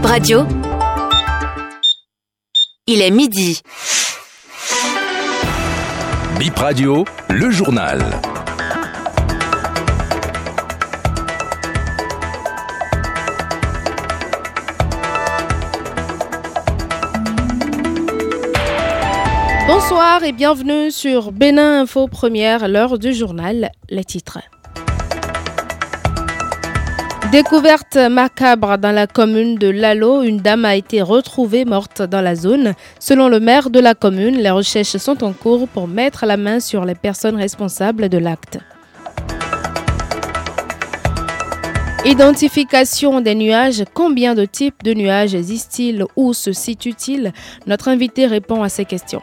Radio, il est midi. Bip Radio, le journal. Bonsoir et bienvenue sur Bénin Info Première, l'heure du journal, les titres. Découverte macabre dans la commune de Lalo, une dame a été retrouvée morte dans la zone. Selon le maire de la commune, les recherches sont en cours pour mettre la main sur les personnes responsables de l'acte. Identification des nuages. Combien de types de nuages existent-ils? Où se situent-ils? Notre invité répond à ces questions.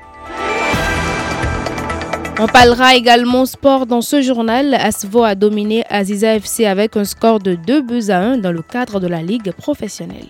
On parlera également sport dans ce journal. Asvo a dominé Aziza FC avec un score de 2-1 dans le cadre de la Ligue professionnelle.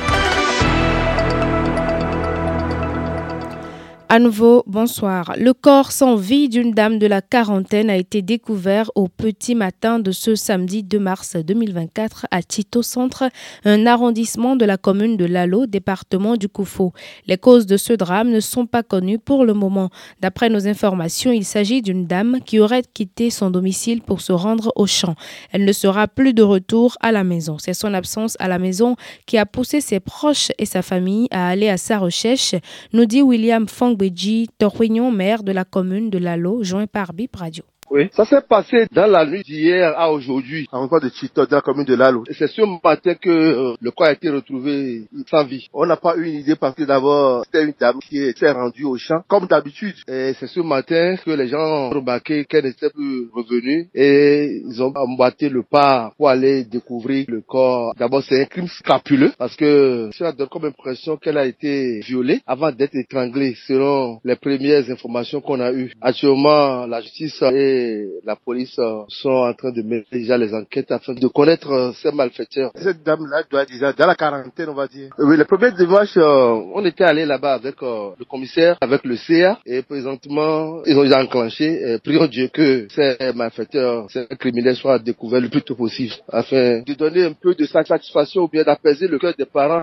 À nouveau, bonsoir. Le corps sans vie d'une dame de la quarantaine a été découvert au petit matin de ce samedi 2 mars 2024 à Tito Centre, un arrondissement de la commune de Lalo, département du Koufo. Les causes de ce drame ne sont pas connues pour le moment. D'après nos informations, il s'agit d'une dame qui aurait quitté son domicile pour se rendre au champ. Elle ne sera plus de retour à la maison. C'est son absence à la maison qui a poussé ses proches et sa famille à aller à sa recherche, nous dit William Fongbedji Torwignon, maire de la commune de Lalo, joint par Bip Radio. Oui, ça s'est passé dans la nuit d'hier à aujourd'hui, en encore de Tito, dans la commune de Lalo. Et c'est ce matin que le corps a été retrouvé sans vie. On n'a pas eu une idée parce que d'abord, c'était une dame qui s'est rendue au champ, comme d'habitude. Et c'est ce matin que les gens ont remarqué qu'elle n'était plus revenue et ils ont emboîté le pas pour aller découvrir le corps. D'abord, c'est un crime scrapuleux parce que ça donne comme impression qu'elle a été violée avant d'être étranglée, selon les premières informations qu'on a eues. Actuellement, la justice et la police sont en train de mener déjà les enquêtes afin de connaître ces malfaiteurs. Cette dame-là doit être déjà dans la quarantaine, on va dire. Oui, le premier dimanche, on était allé là-bas avec le commissaire, avec le CA, et présentement, ils ont déjà enclenché. Prions Dieu que ces malfaiteurs, ces criminels soient découverts le plus tôt possible, afin de donner un peu de satisfaction ou bien d'apaiser le cœur des parents.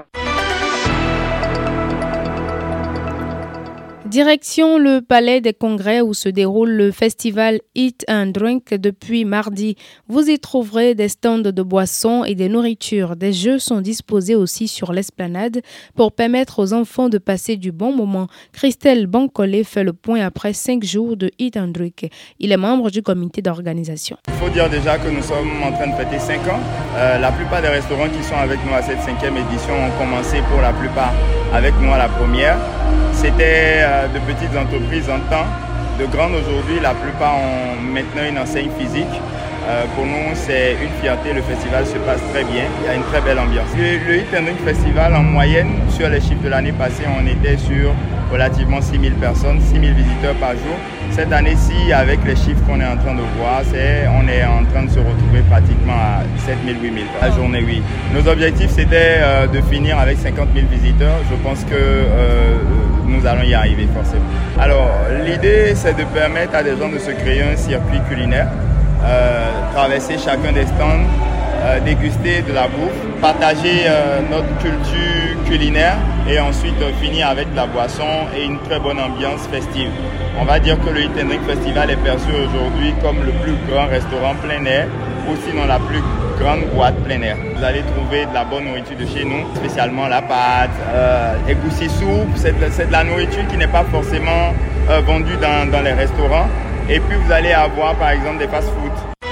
Direction le Palais des Congrès où se déroule le festival Eat and Drink depuis mardi. Vous y trouverez des stands de boissons et des nourritures. Des jeux sont disposés aussi sur l'esplanade pour permettre aux enfants de passer du bon moment. Christelle Bancolé fait le point après 5 jours de Eat and Drink. Il est membre du comité d'organisation. Il faut dire déjà que nous sommes en train de fêter 5 ans. La plupart des restaurants qui sont avec nous à cette 5e édition ont commencé pour la plupart avec nous à la première. C'était de petites entreprises en temps, de grandes aujourd'hui, la plupart ont maintenant une enseigne physique. Pour nous, c'est une fierté, le festival se passe très bien, il y a une très belle ambiance. Le Eat and Drink Festival, en moyenne, sur les chiffres de l'année passée, on était sur relativement 6 000 personnes, 6 000 visiteurs par jour. Cette année-ci, avec les chiffres qu'on est en train de voir, on est en train de se retrouver pratiquement à 7 000, 8 000 la journée, oui. Nos objectifs, c'était de finir avec 50 000 visiteurs. Je pense que nous allons y arriver forcément. Alors, l'idée, c'est de permettre à des gens de se créer un circuit culinaire, traverser chacun des stands, déguster de la bouffe, partager notre culture culinaire et ensuite finir avec de la boisson et une très bonne ambiance festive. On va dire que le Eat and Drink Festival est perçu aujourd'hui comme le plus grand restaurant plein air, aussi dans la plus grande boîte plein air. Vous allez trouver de la bonne nourriture de chez nous, spécialement la pâte, égoussi soupe, c'est de la nourriture qui n'est pas forcément vendue dans les restaurants. Et puis vous allez avoir par exemple des fast-food.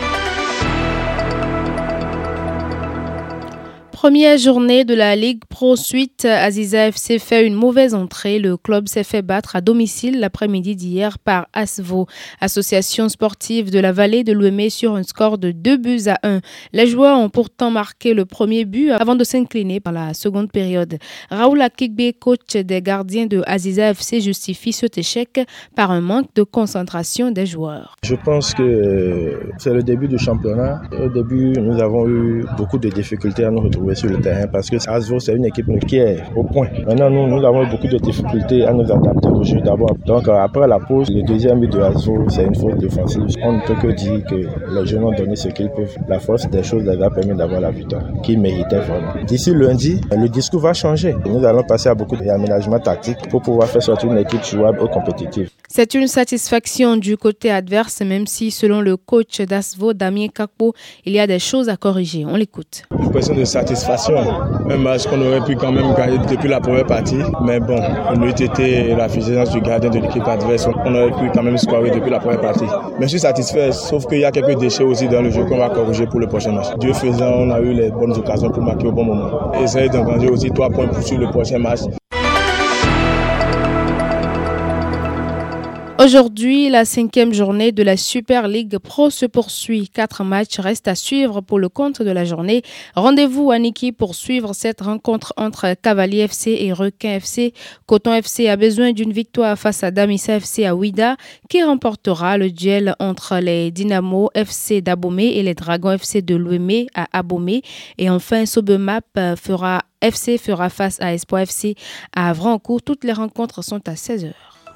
Première journée de la Ligue Pro Suite, Aziza FC fait une mauvaise entrée. Le club s'est fait battre à domicile l'après-midi d'hier par ASVO, association sportive de la vallée de l'Ouémé, sur un score de 2-1. Les joueurs ont pourtant marqué le premier but avant de s'incliner par la seconde période. Raoul Akigbe, coach des gardiens de Aziza FC, justifie cet échec par un manque de concentration des joueurs. Je pense que c'est le début du championnat. Au début, nous avons eu beaucoup de difficultés à nous retrouver retrouver sur le terrain parce que Asvo, c'est une équipe qui est au point. Maintenant, nous avons eu beaucoup de difficultés à nous adapter au jeu d'abord. Donc, après la pause, le deuxième but de Asvo, c'est une faute défensive. On ne peut que dire que les jeunes ont donné ce qu'ils peuvent. La force des choses les a permis d'avoir la victoire, qu'ils méritaient vraiment. D'ici lundi, le discours va changer. Nous allons passer à beaucoup d'aménagements tactiques pour pouvoir faire sortir une équipe jouable et compétitive. C'est une satisfaction du côté adverse, même si, selon le coach d'Asvo, Damien Kakpo, il y a des choses à corriger. On l'écoute. Une question de satisfaction. Un match qu'on aurait pu quand même gagner depuis la première partie. Mais bon, l'honnêteté et la vigilance du gardien de l'équipe adverse, on aurait pu quand même scorer depuis la première partie. Mais je suis satisfait, sauf qu'il y a quelques déchets aussi dans le jeu qu'on va corriger pour le prochain match. Dieu faisant, on a eu les bonnes occasions pour marquer au bon moment. Essayer d'engranger aussi 3 points pour suivre le prochain match. Aujourd'hui, la 5e journée de la Super League Pro se poursuit. 4 matchs restent à suivre pour le compte de la journée. Rendez-vous à Niki pour suivre cette rencontre entre Cavalier FC et Requin FC. Coton FC a besoin d'une victoire face à Damissa FC à Ouida, qui remportera le duel entre les Dynamo FC d'Abomey et les Dragons FC de Louémé à Abomey. Et enfin, Sobemap FC fera face à Espoir FC à Avrancourt. Toutes les rencontres sont à 16h.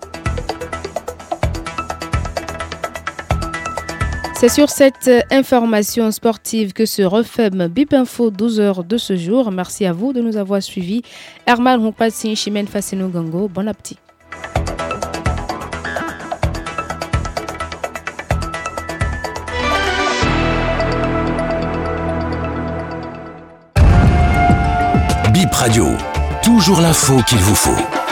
C'est sur cette information sportive que se referme Bip Info 12h de ce jour. Merci à vous de nous avoir suivis. Herman Houpatsi, Chimène Fassino Gango, bon appétit. Bip Radio, toujours l'info qu'il vous faut.